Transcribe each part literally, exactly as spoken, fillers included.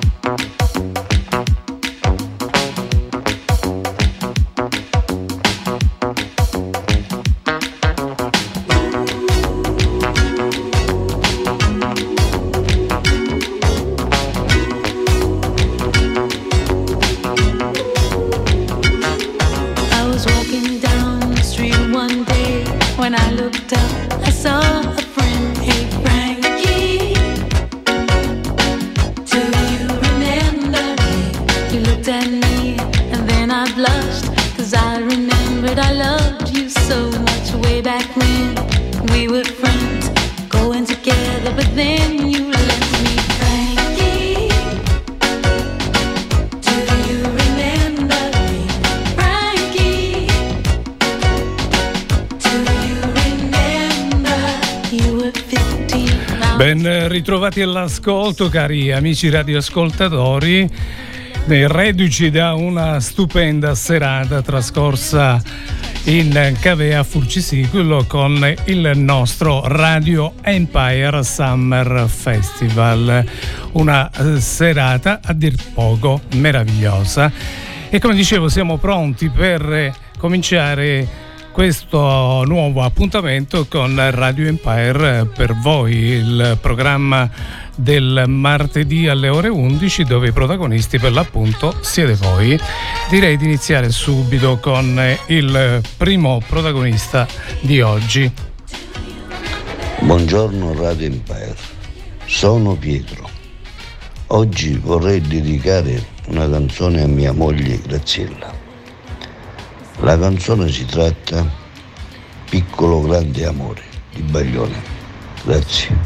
Ben ritrovati all'ascolto, cari amici radioascoltatori, reduci da una stupenda serata trascorsa in Cavea Furcisicolo con il nostro Radio Empire Summer Festival, una serata a dir poco meravigliosa. E come dicevo, siamo pronti per cominciare questo nuovo appuntamento con Radio Empire per voi, il programma del martedì alle ore undici, dove i protagonisti per l'appunto siete voi. Direi di iniziare subito con il primo protagonista di oggi. Buongiorno Radio Empire, sono Pietro. Oggi vorrei dedicare una canzone a mia moglie Graziella. La canzone si tratta Piccolo grande amore di Baglione. Grazie.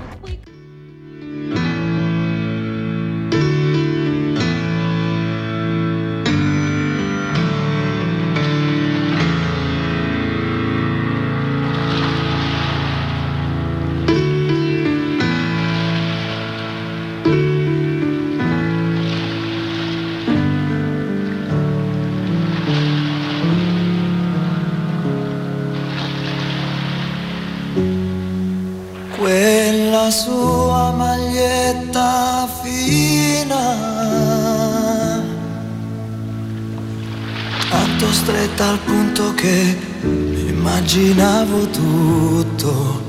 Quella sua maglietta fina, tanto stretta al punto che immaginavo tutto.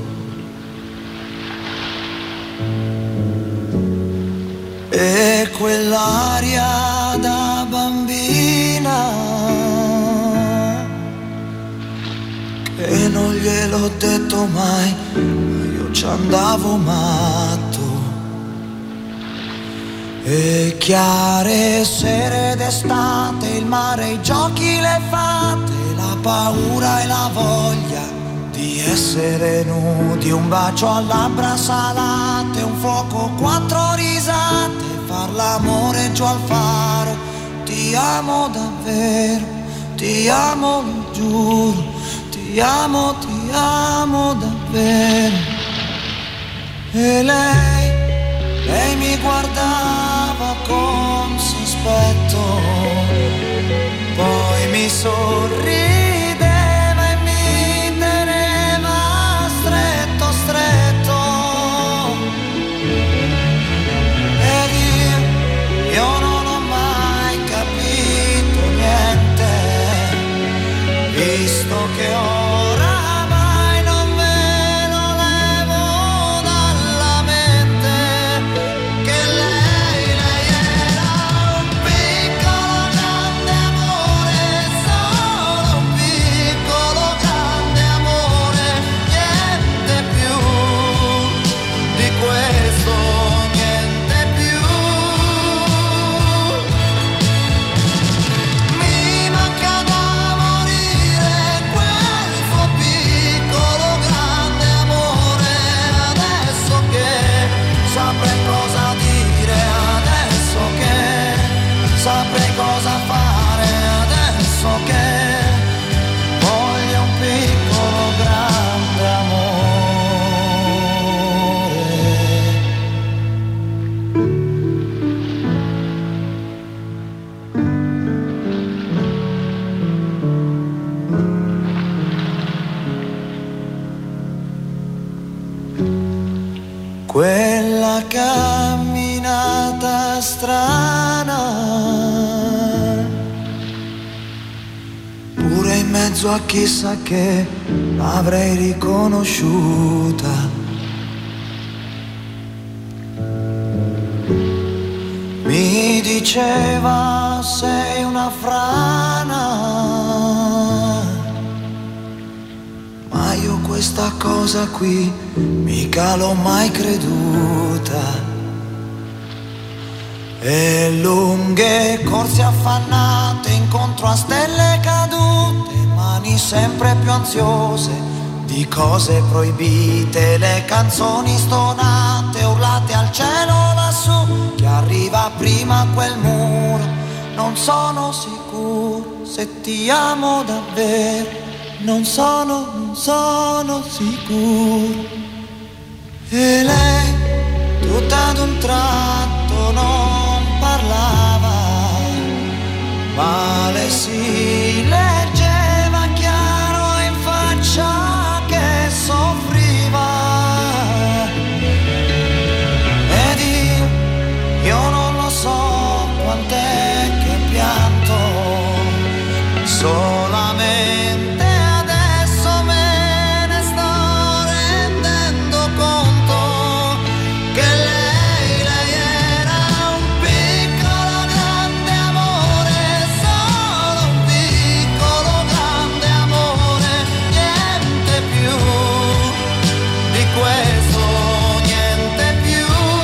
E quell'aria da bambina che non gliel'ho detto mai, io ci andavo matto. E chiare sere d'estate, il mare, i giochi, le fate, la paura e la voglia di essere nudi, un bacio a labbra salate, un fuoco, quattro risate, far l'amore giù al faro. Ti amo davvero, ti amo, lo giuro, ti amo, ti amo davvero. E lei, lei mi guardava con sospetto, poi mi sorrideva e mi teneva stretto, stretto. Ed io, io non ho mai capito niente, visto che ora Piccolo grande amore, solo un strana, pure in mezzo a chissà che l'avrei riconosciuta. Mi diceva sei una frana, ma io questa cosa qui mica l'ho mai creduta. E lunghe corse affannate incontro a stelle cadute, mani sempre più ansiose di cose proibite, le canzoni stonate urlate al cielo lassù, che arriva prima quel muro. Non sono sicuro se ti amo davvero, non sono, non sono sicuro. E lei tutta ad un tratto non parlava, ma le si leggeva chiaro in faccia che soffriva. Ed io, io non lo so quant'è che pianto, solamente adesso me ne sto rendendo conto che lei, lei era un piccolo grande amore, solo un piccolo grande amore, niente più di questo, niente più.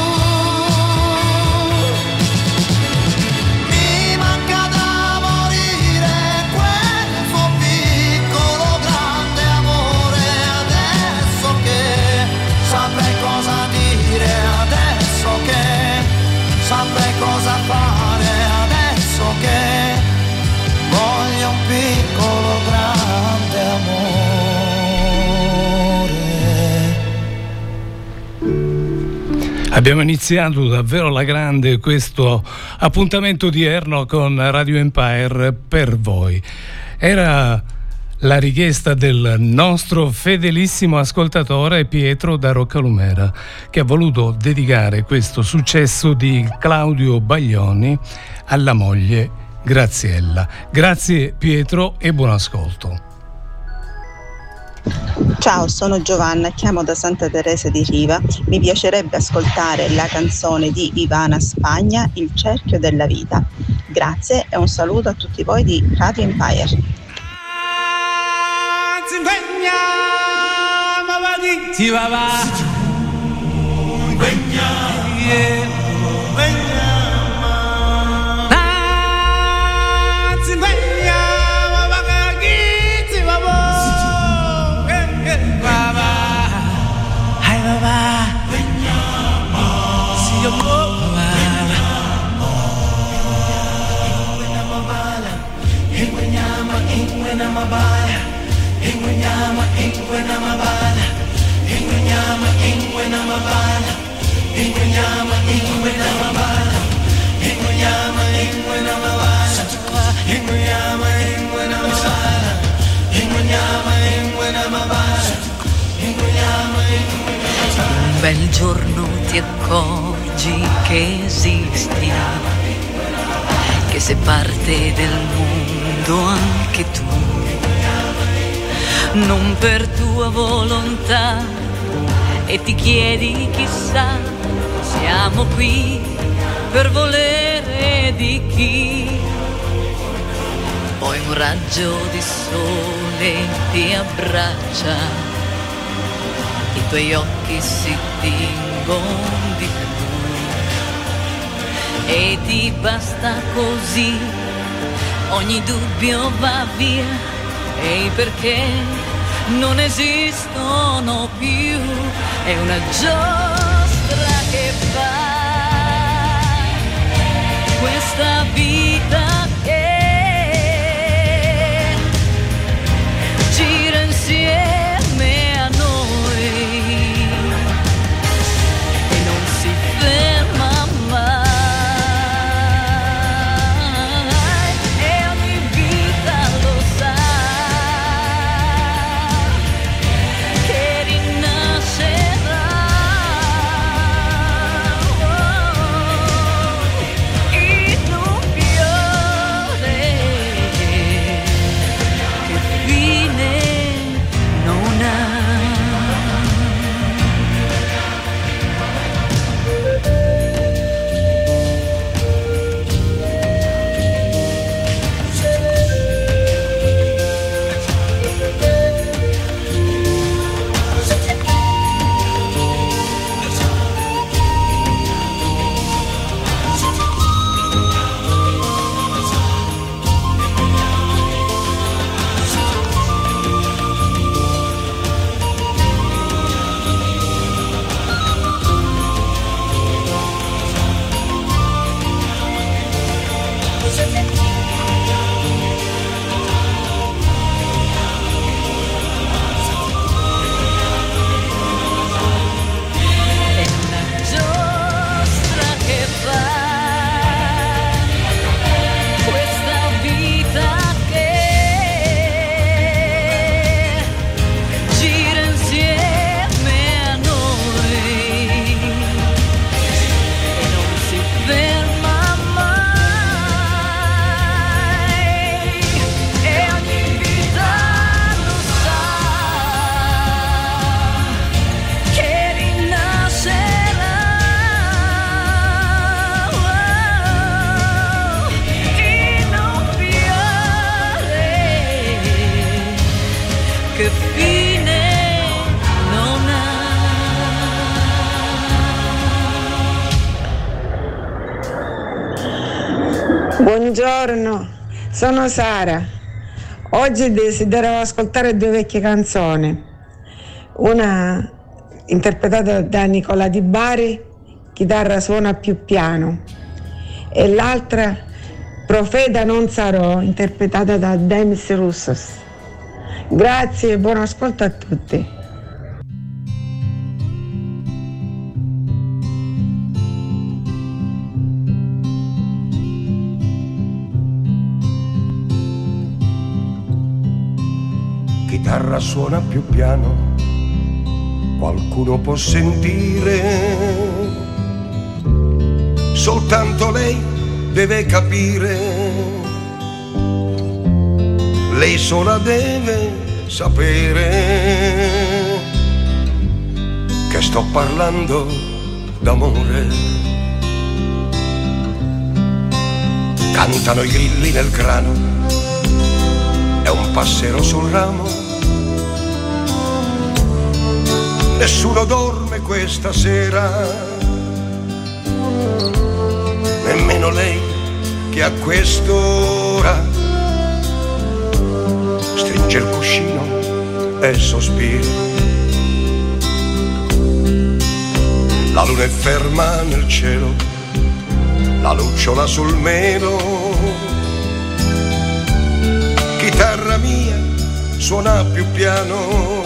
Mi manca da morire quel suo piccolo grande amore, adesso che saprei cosa dire, adesso che saprei cosa fare, adesso che voglio un piccolo grande amore. Abbiamo iniziato davvero alla grande questo appuntamento odierno con Radio Empire per voi. Era la richiesta del nostro fedelissimo ascoltatore Pietro da Roccalumera, che ha voluto dedicare questo successo di Claudio Baglioni alla moglie Graziella. Grazie Pietro e buon ascolto. Ciao, sono Giovanna, chiamo da Santa Teresa di Riva. Mi piacerebbe ascoltare la canzone di Ivana Spagna, Il cerchio della vita. Grazie e un saluto a tutti voi di Radio Empire. Un bel giorno ti accorgi che esisti, che sei parte del mondo anche tu, non per tua volontà, e ti chiedi chissà, siamo qui per volere di chi. Poi un raggio di sole ti abbraccia, i tuoi occhi si tingono di blu e ti basta così, ogni dubbio va via e i perché non esistono più. È una giostra che fa questa vita che gira insieme a noi e non si ferma mai. E ogni vita lo sa che rinascerà. Oh, Buongiorno, sono Sara. Oggi desideravo ascoltare due vecchie canzoni. Una interpretata da Nicola Di Bari, Chitarra suona più piano, e l'altra Profeta non sarò, interpretata da Demis Roussos. Grazie e buon ascolto a tutti. Chitarra suona più piano, qualcuno può sentire, soltanto lei deve capire, lei sola deve sapere che sto parlando d'amore. Cantano i grilli nel grano, è un passero sul ramo. Nessuno dorme questa sera, nemmeno lei che a quest'ora stringe il cuscino e sospira. La luna è ferma nel cielo, la lucciola sul melo. Chitarra mia suona più piano,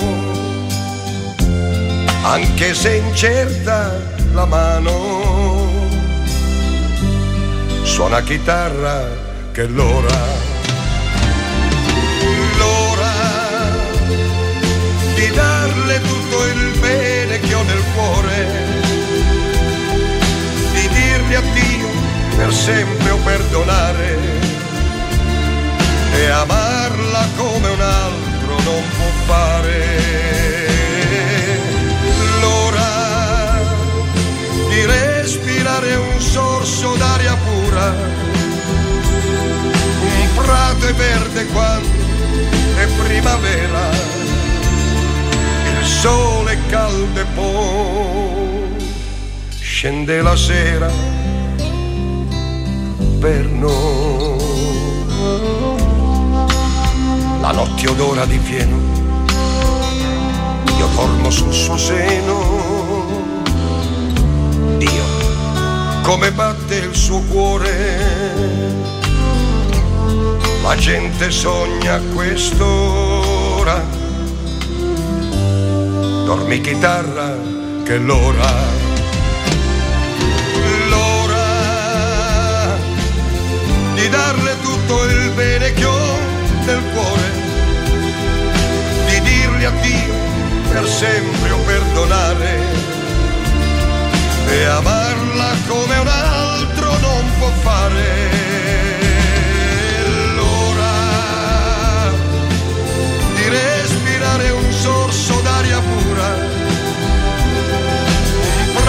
anche se incerta la mano. Suona chitarra che l'ora, l'ora di darle tutto il bene che ho nel cuore, di dirgli addio per sempre o perdonare, e amarla come un altro non può fare. Di respirare un sorso d'aria pura, un prato è verde quando è primavera, il sole è caldo e poi scende la sera per noi. La notte odora di fieno, io dormo sul suo seno. Dio, come batte il suo cuore, la gente sogna a quest'ora. Dormi chitarra che l'ora, l'ora di darle tutto il bene che ho nel cuore, di dirgli addio per sempre o perdonare, e amarla come un altro non può fare. L'ora di respirare un sorso d'aria pura, un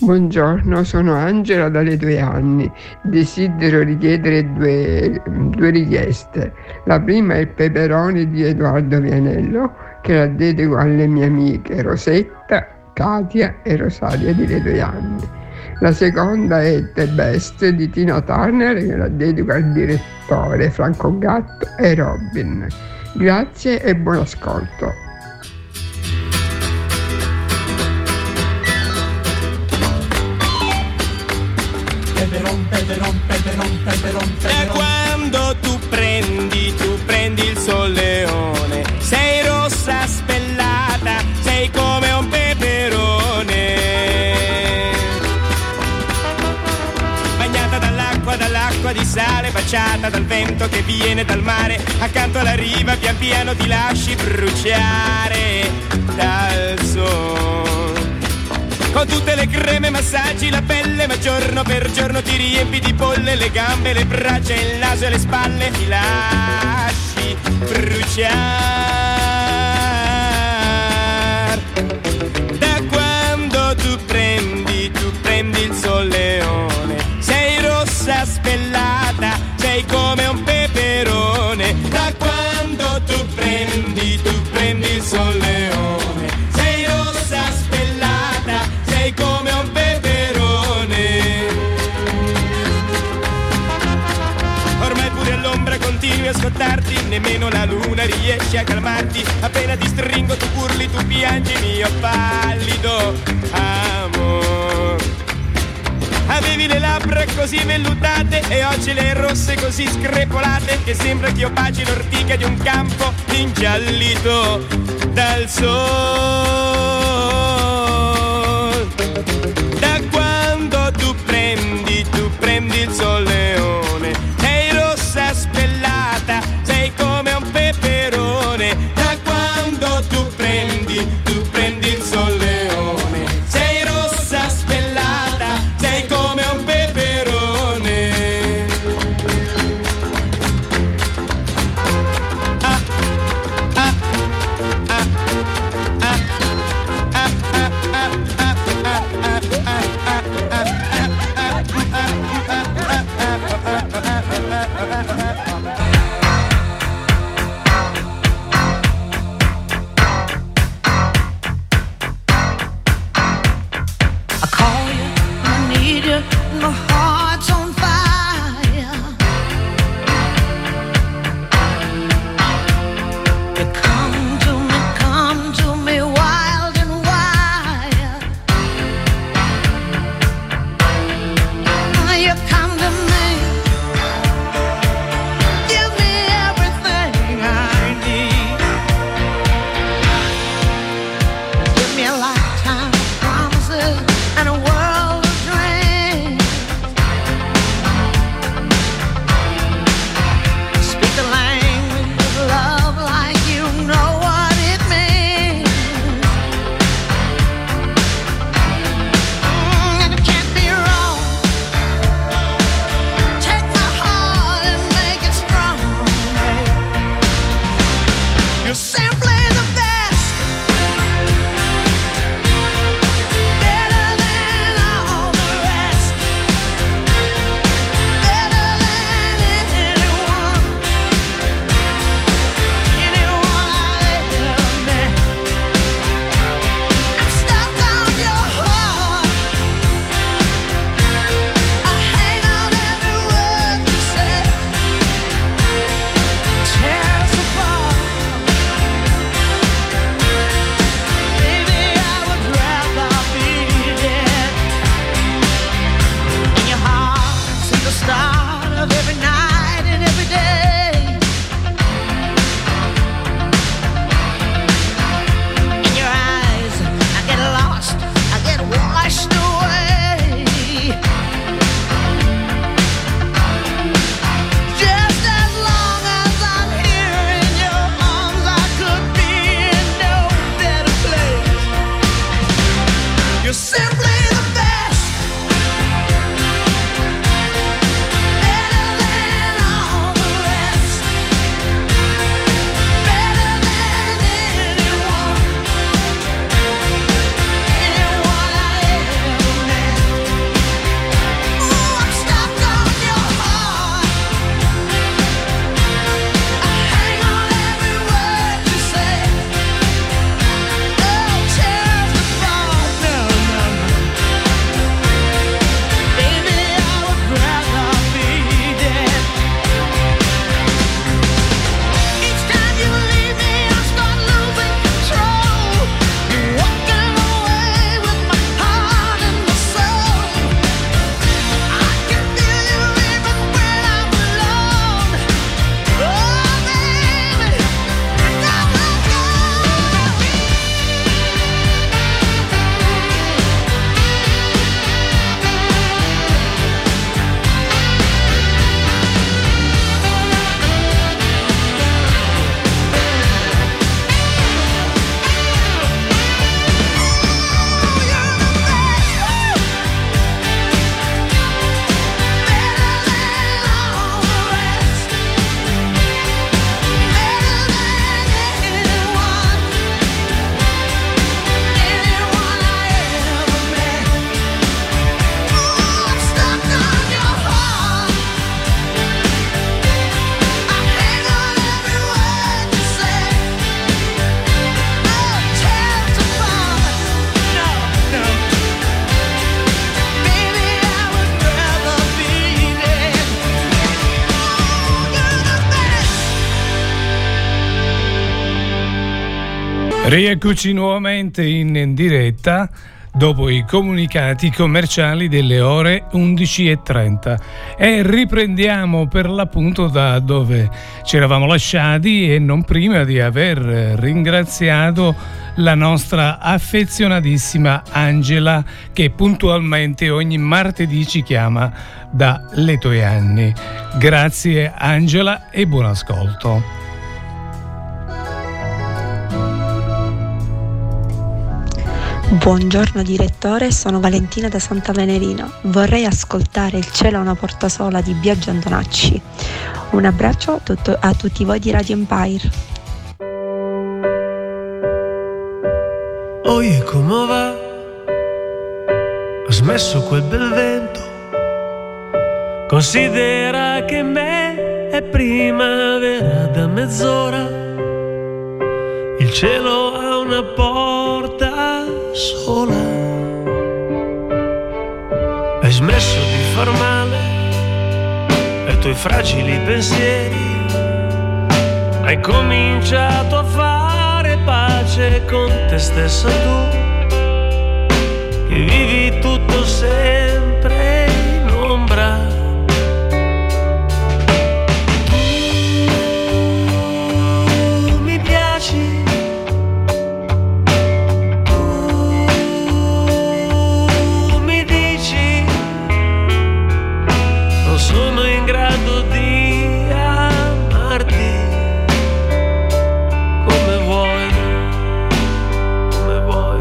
Buongiorno, sono Angela dalle due anni. Desidero richiedere due, due richieste. La prima è il peperoni di Edoardo Vianello, che la dedico alle mie amiche Rosetta, Katia e Rosaria di Le due anni. La seconda è The Best di Tina Turner, che la dedico al direttore Franco Gatto e Robin. Grazie e buon ascolto. Da quando tu prendi, tu prendi il solleone, sei rossa spellata, sei come un peperone. Bagnata dall'acqua, dall'acqua di sale, baciata dal vento che viene dal mare, accanto alla riva pian piano ti lasci bruciare dal sole. Con tutte le creme massaggi la pelle, ma giorno per giorno ti riempi di polle le gambe, le braccia, il naso e le spalle, ti lasci bruciare. Da quando tu prendi, tu prendi il solleone, sei rossa spellata, sei come un peperone. Da quando tu prendi, tu prendi il solleone, sei rossa spellata, sei come un peperone. Ormai pure all'ombra continui a scottarti, nemmeno la luna riesce a calmarti. Appena ti stringo tu urli, tu piangi, mio pallido amore. Avevi le labbra così vellutate e oggi le rosse così screpolate, che sembra che io baci l'ortica di un campo ingiallito dal sole. Da quando tu prendi, tu prendi il solleone, sei rossa spellata, sei come un peperone. Da quando tu prendi, tu prendi il solleone, sei rossa spellata, sei come un peperone. Ah, ah, ah, ah, ah, ah, ah, ah, ah, ah, ah, ah, ah, ah, ah, ah, Rieccoci nuovamente in diretta dopo i comunicati commerciali delle ore undici e trenta e riprendiamo per l'appunto da dove ci eravamo lasciati, e non prima di aver ringraziato la nostra affezionatissima Angela, che puntualmente ogni martedì ci chiama da Letojanni. Grazie Angela e buon ascolto. Buongiorno direttore, sono Valentina da Santa Venerina. Vorrei ascoltare Il cielo è una porta sola di Biagio Antonacci. Un abbraccio a, tutto, a tutti voi di Radio Empire. Oye, come va? Ho smesso quel bel vento. Considera che me è primavera da mezz'ora. Il cielo ha una porta sola. Hai smesso di far male ai tuoi fragili pensieri. Hai cominciato a fare pace con te stessa tu, che vivi tutto sempre in ombra. Tu mi piaci, sono in grado di amarti come vuoi, come vuoi.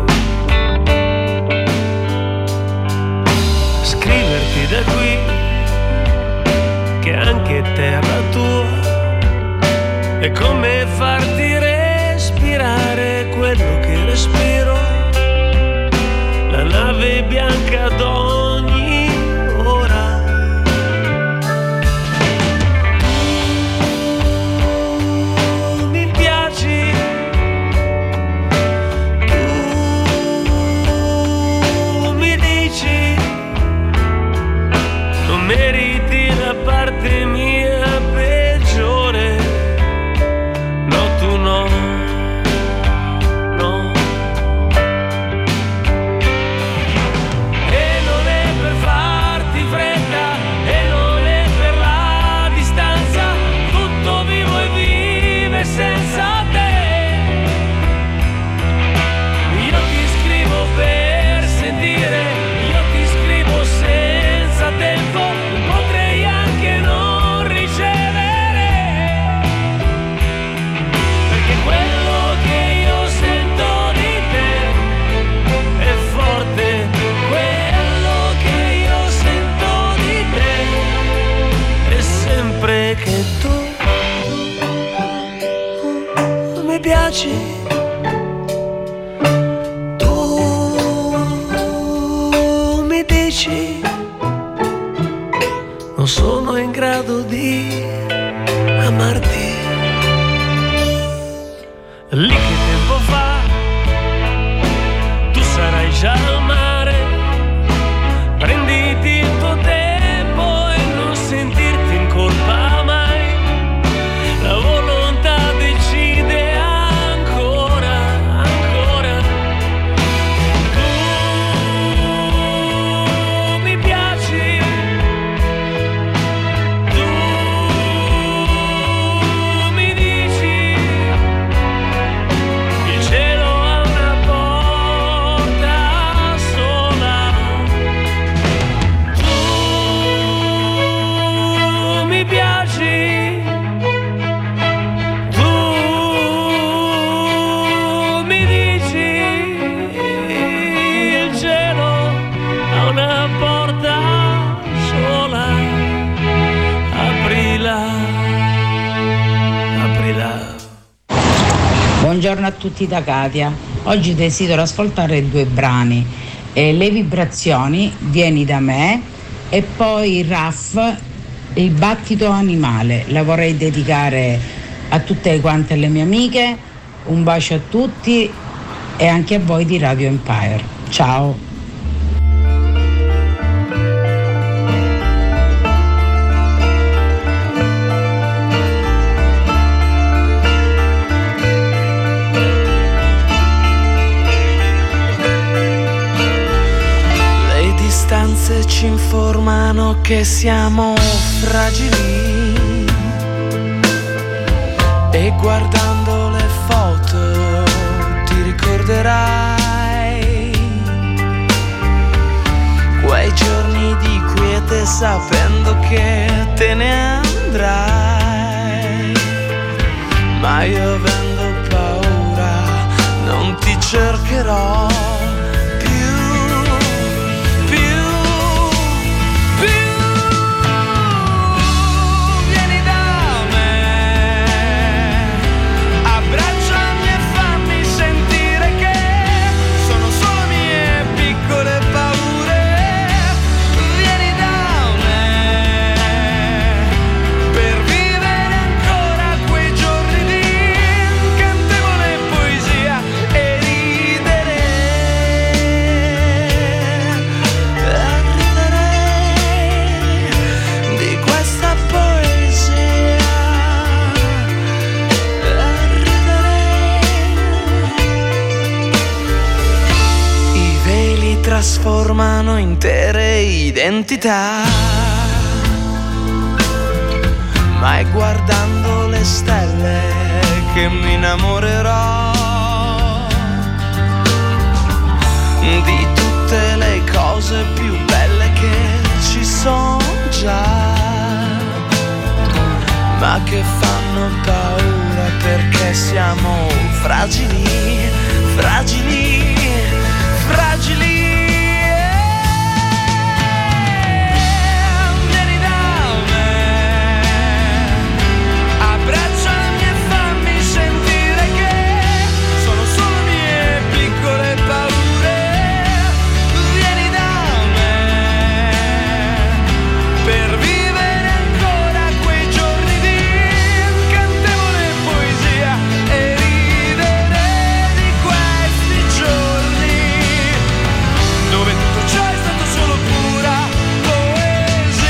Scriverti da qui che anche terra tua è come farti respirare quello che respiro, la nave bianca d'ogni ora. Meriti la parte mia peggiore, no tu no, no. E non è per farti fretta, e non è per la distanza, tutto vivo e vive senza te. Io ti scrivo per sentire, io ti scrivo senza tempo. Potrei anche non ricevere, perché quello che io sento di te è forte, quello che io sento di te è sempre che tu mi piaci, tu mi dici non sono in grado di amarti. Lì che tempo fa tu sarai già al mare, prenditi il tuo tempo e non sentirti in colpa mai. La volontà decide ancora, ancora. Tu mi piaci, Buongiorno a tutti da Katia. Oggi desidero ascoltare due brani, eh, Le vibrazioni, Vieni da me, e poi R A F, Il battito animale. La vorrei dedicare a tutte quante le mie amiche. Un bacio a tutti e anche a voi di Radio Empire. Ciao. cose ci informano che siamo fragili e guardando le foto ti ricorderai quei giorni di quiete sapendo che te ne andrai, ma io avendo paura non ti cercherò più, più, più. Vieni da me, abbracciami e fammi sentire che sono solo mie piccole paure. Vieni da me per vivere ancora quei giorni di incantevole poesia e ridere, e ridere di questa poesia, e ridere. I veli trasformano intere identità, ma è guardando le stelle che mi innamorerò di tutte le cose più belle che ci sono già, ma che fanno paura perché siamo fragili, fragili, fragili. Vieni da me, abbracciami e fammi sentire che sono solo mie piccole paure. Vieni da me per vivere ancora quei giorni di incantevole poesia e ridere di questi giorni dove tutto ciò è stato solo pura poesia.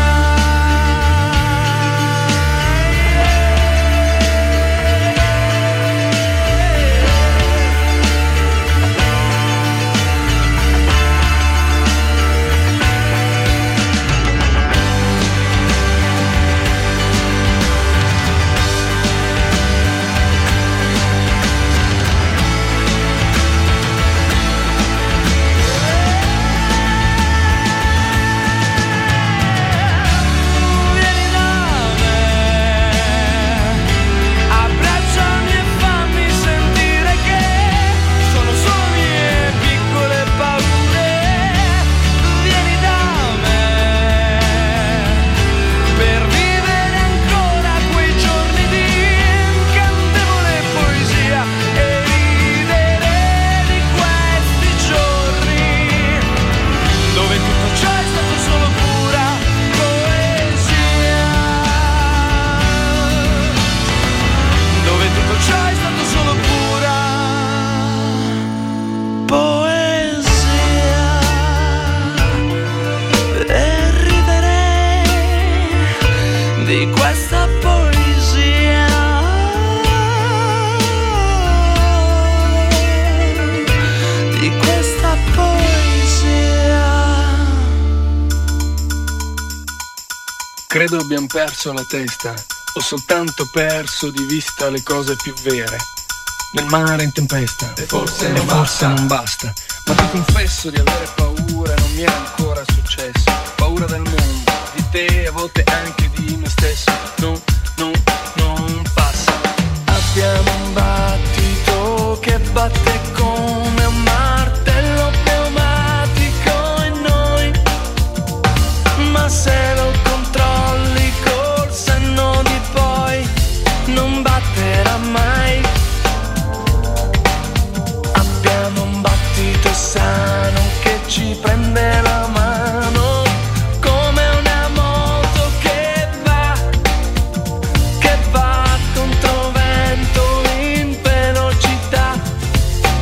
Vieni da me, abbracciami e fammi sentire che sono solo mie piccole paure. Vieni da me per vivere ancora quei giorni di incantevole poesia e ridere di questi giorni dove tutto ciò è stato solo pura poesia, dove tutto ciò è stato solo pura poesia e ridere di questa poesia, di questa poesia. Credo abbiamo perso la testa, ho soltanto perso di vista le cose più vere. Nel mare in tempesta, e forse non, forse non basta. Ma ti confesso di avere paura, non mi è ancora successo. Paura del mondo, di te, a volte anche di me stesso. No, no, non passa. Abbiamo un battito che batte come un martello pneumatico in noi, ma se lo controlli col senno di poi non batterà mai. Abbiamo un battito sano che ci prende la mano come una moto che va, che va contro vento in velocità.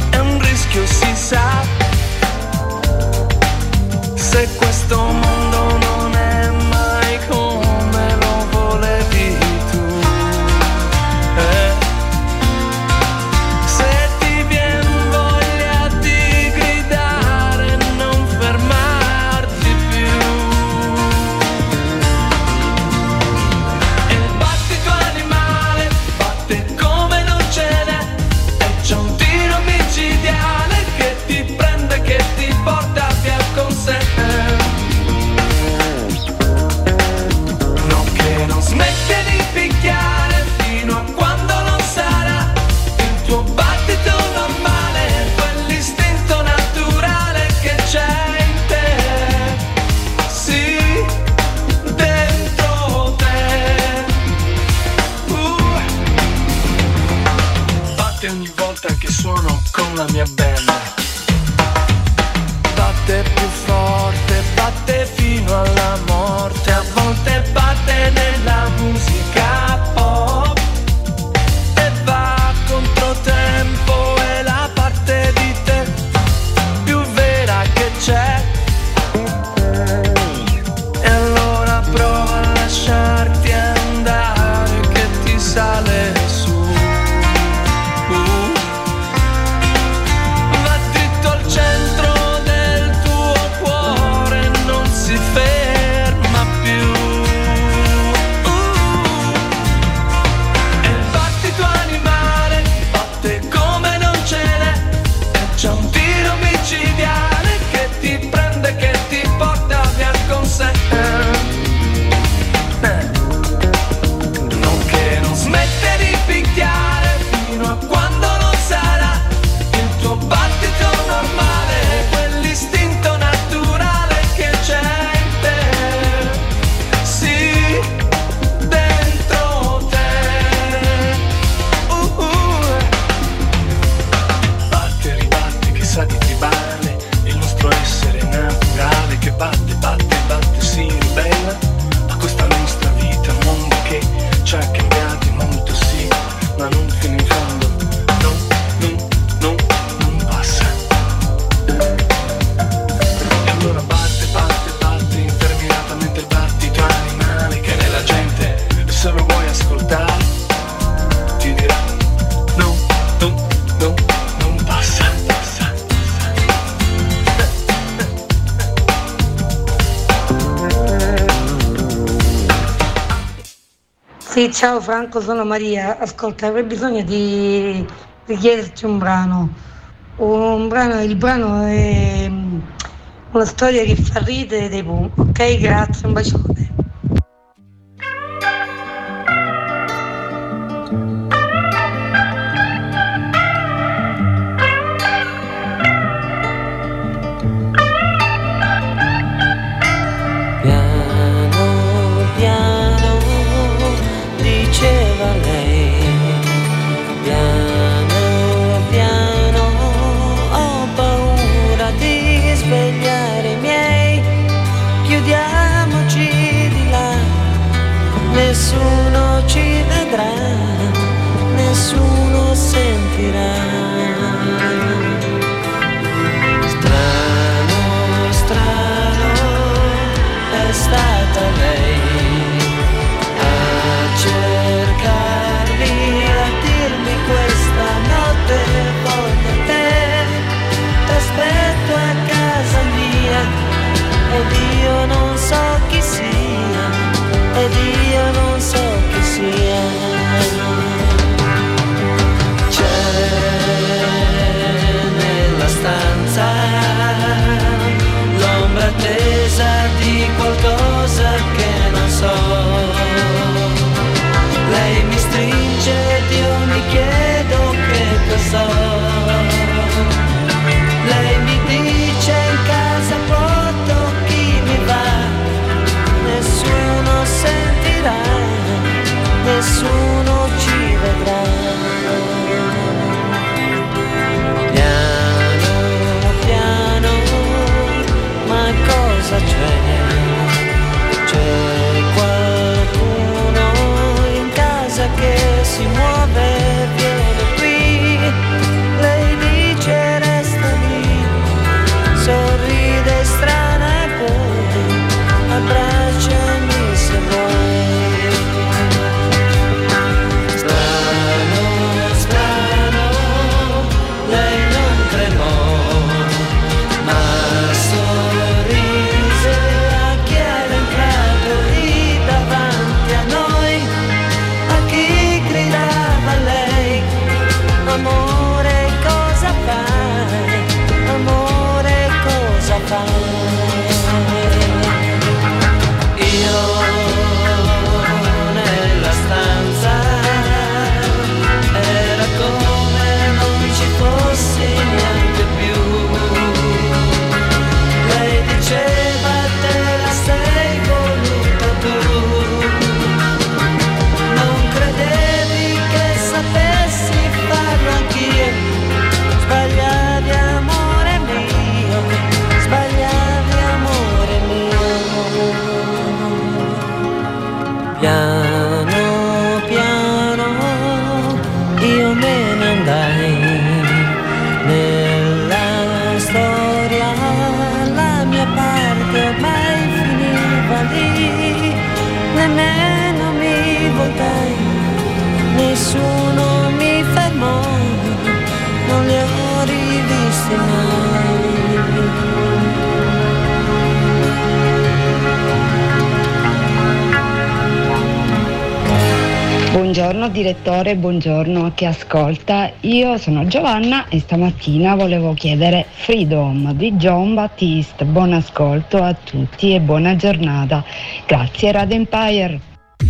micidiale che ti prende, che ti porta via con sé. No, che non smette di picchiare fino a quando non sarà il tuo battito normale, quell'istinto naturale che c'è in te, sì, dentro te. Uh. Batte ogni volta che suono con la mia band. Batte più forte, batte fino alla morte, a volte batte nella musica pop e va contro tempo, è la parte di te più vera che c'è. E allora prova a lasciarti andare che ti sale su. Uh. Va dritto al centro del tuo cuore, non si ferma più. Uh. E il battito animale batte come non ce n'è, e c'è un tiro micidiale che ti prende, che ti porta via con sé. Eh. Non che non smette di picchiare fino a quando non sarà il tuo battito normale, quell'istinto naturale che c'è in te, sì, dentro te. Uh, uh. Batte e ribatte che sa di tribale, il nostro essere naturale che batte, batte, batte, si ribella a questa nostra vita, un mondo che ci ha cambiati molto, sì, ma non fino in fondo, no, no, no, non passa. E allora batte, batte, batte interminatamente il battito animale che nella gente, se lo vuoi ascoltare, ti dirà no, no, no, non passa, passa. Sì, ciao Franco, sono Maria. Ascolta, avrei bisogno di richiederti un brano. Un brano, il brano è mm, una storia che fa ridere dei Pooh. Ok, grazie, un bacione. Piano piano diceva lei, piano piano ho paura di svegliare i miei, chiudiamoci di pensi mai. Buongiorno direttore, buongiorno a chi ascolta. Io sono Giovanna e stamattina volevo chiedere Freedom di John Baptiste. Buon ascolto a tutti e buona giornata. Grazie Radio Empire.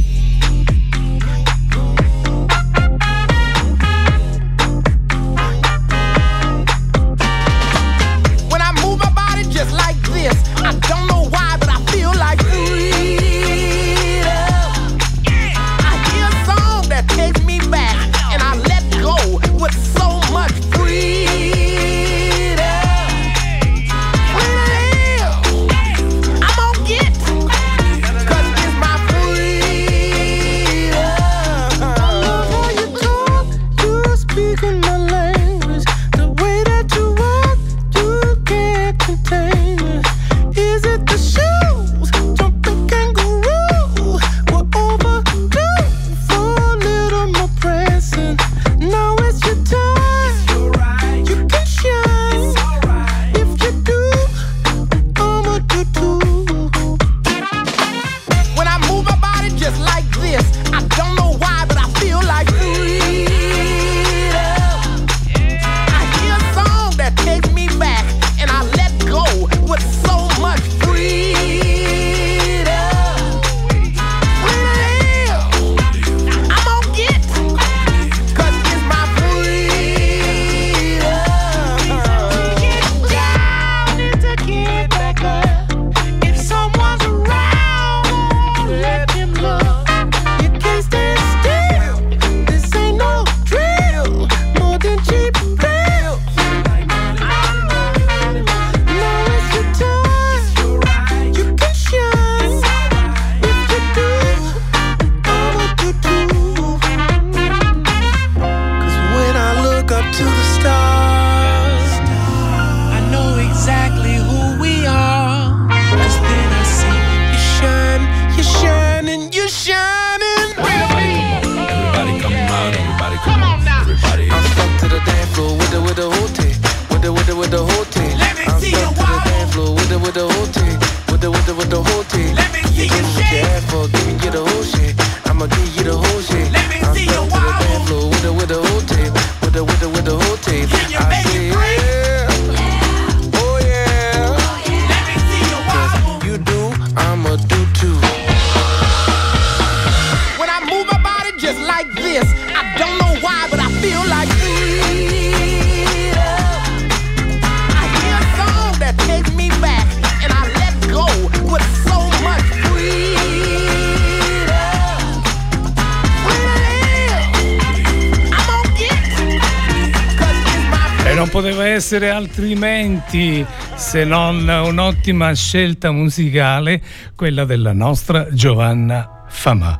Poteva essere altrimenti se non un'ottima scelta musicale, quella della nostra Giovanna Famà.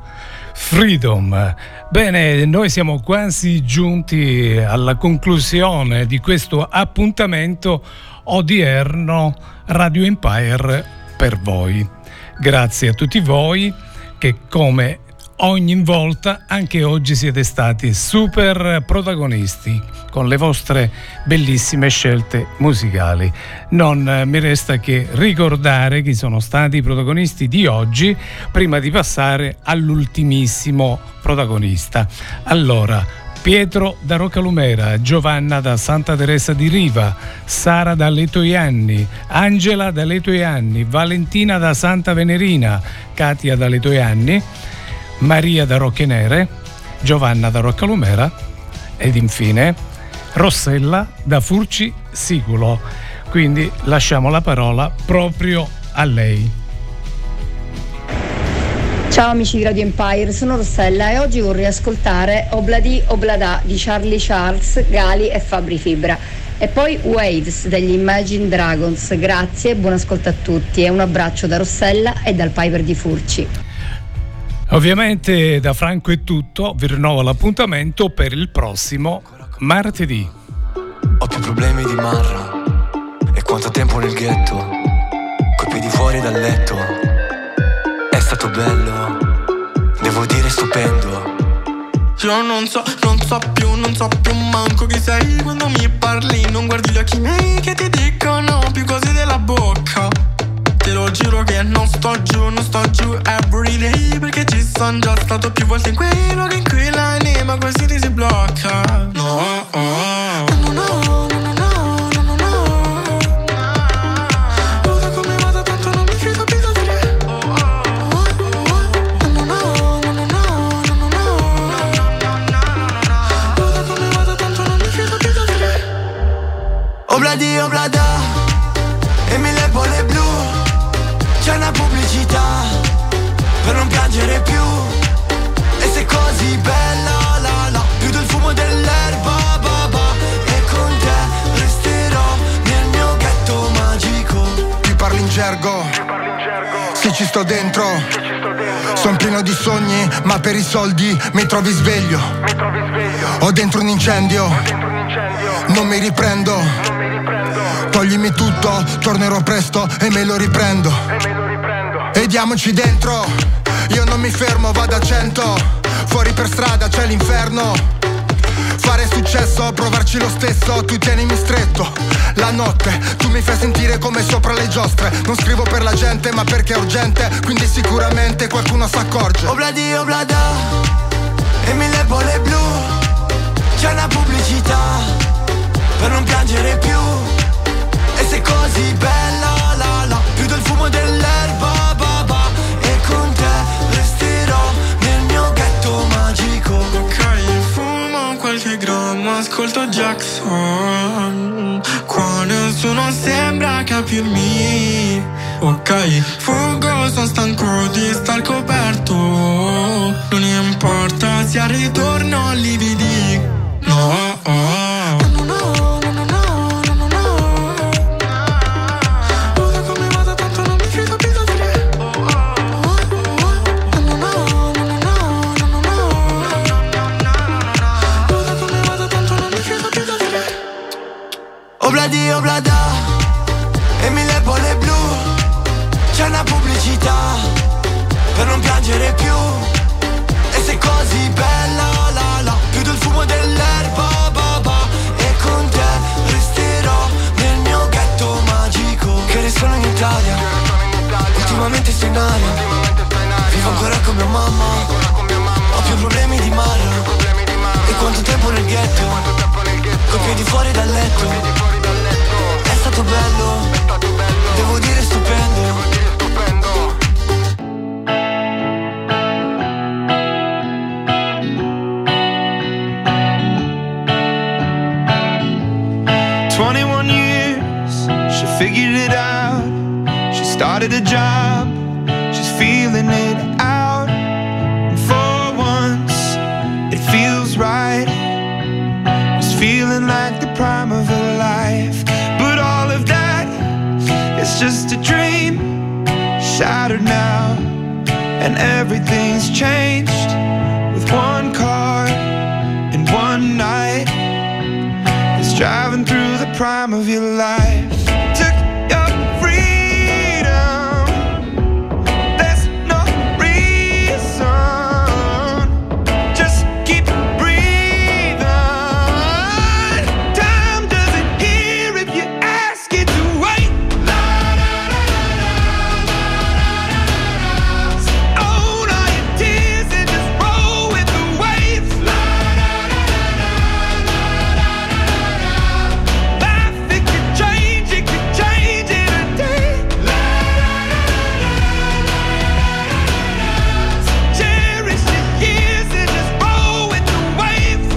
Freedom. Bene, noi siamo quasi giunti alla conclusione di questo appuntamento odierno Radio Empire per voi. Grazie a tutti voi che come ogni volta anche oggi siete stati super protagonisti con le vostre bellissime scelte musicali. Non mi resta che ricordare chi sono stati i protagonisti di oggi prima di passare all'ultimissimo protagonista. Allora, Pietro da Roccalumera, Giovanna da Santa Teresa di Riva, Sara da Letojanni, Angela da Letojanni, Valentina da Santa Venerina, Katia da Letojanni, Maria da Rocche Nere, Giovanna da Roccalumera ed infine Rossella da Furci Siculo. Quindi lasciamo la parola proprio a lei. Ciao amici di Radio Empire, sono Rossella e oggi vorrei ascoltare Obladi Oblada di Charlie Charles, Gali e Fabri Fibra e poi Waves degli Imagine Dragons. Grazie e buon ascolto a tutti e un abbraccio da Rossella e dal Piper di Furci. Ovviamente da Franco è tutto, vi rinnovo l'appuntamento per il prossimo martedì. Ho più problemi di Marra e quanto tempo nel ghetto, coi piedi fuori dal letto. È stato bello, devo dire stupendo. Io non so, non so più, non so più manco chi sei. Quando mi parli non guardi gli occhi miei. Obladi oblada e mille bolle blu. C'è una pubblicità per non piangere più. E sei così bella la la, più del fumo dell'erba ba ba. E con te resterò nel mio ghetto magico. Ti parli in gergo, se ci sto dentro. Sono pieno di sogni, ma per i soldi mi trovi sveglio. Ho dentro un incendio, non mi riprendo. Toglimi tutto, tornerò presto e me lo riprendo. E diamoci dentro, io non mi fermo, vado a cento. Fuori per strada c'è l'inferno. Fare successo, provarci lo stesso, tu tienimi stretto. La notte, tu mi fai sentire come sopra le giostre. Non scrivo per la gente, ma perché è urgente, quindi sicuramente qualcuno s'accorge. Obladi oblada e mille bolle blu. C'è una pubblicità per non piangere più. E sei così bella la la, più del fumo dell'erba ba ba. E con te resterò nel mio ghetto magico. Ok, fumo qualche grammo, ascolto Jackson. Qua nessuno sembra capirmi. Ok, fuggo, sono stanco di star coperto. Non importa se al ritorno lividi. No, oh. Obladi oblada e mille bolle blu. C'è una pubblicità per non piangere più. E sei così bella la la, più del fumo dell'erba ba ba. E con te resterò nel mio ghetto magico. Che ne sono in Italia, ultimamente sto in aria. Vivo ancora con mia mamma, ho più problemi di mare. E quanto tempo nel ghetto, coi piedi fuori dal letto. È stato bello, devo dire stupendo. twenty-one years, she figured it out. She started a job, she's feeling it out. And for once, it feels right. It's feeling like the prime of her life. But all of that is just a dream, shattered now. And everything's changed with one car and one night. It's driving through the prime of your life. Took your freedom, there's no reason. Just keep breathing. Time doesn't hear if you ask it to wait. Own all your tears and just roll with the waves. Life, it could change, it could change in a day. Cherish the years and just roll with the waves.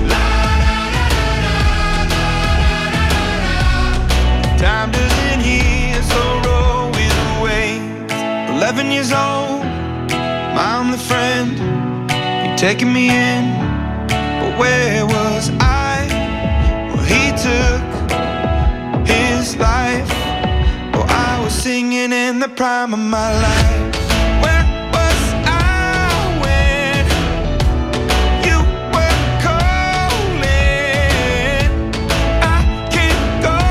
Time doesn't heal, so roll with the waves. Eleven years old, I'm the friend. You're taking me in, but where was I? Well, he took his life. Oh, I was singing in the prime of my life. Where was I when you were calling? I can't go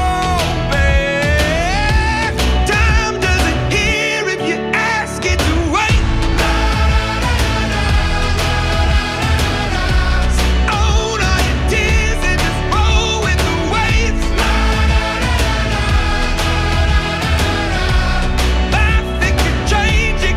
back. Time doesn't hear if you ask it to wait. Own all your tears and just roll with the waves. Life, it could change,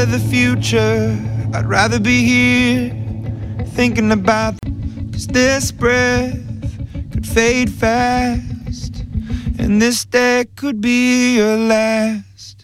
of the future, I'd rather be here thinking about, 'cause this breath could fade fast, and this day could be your last.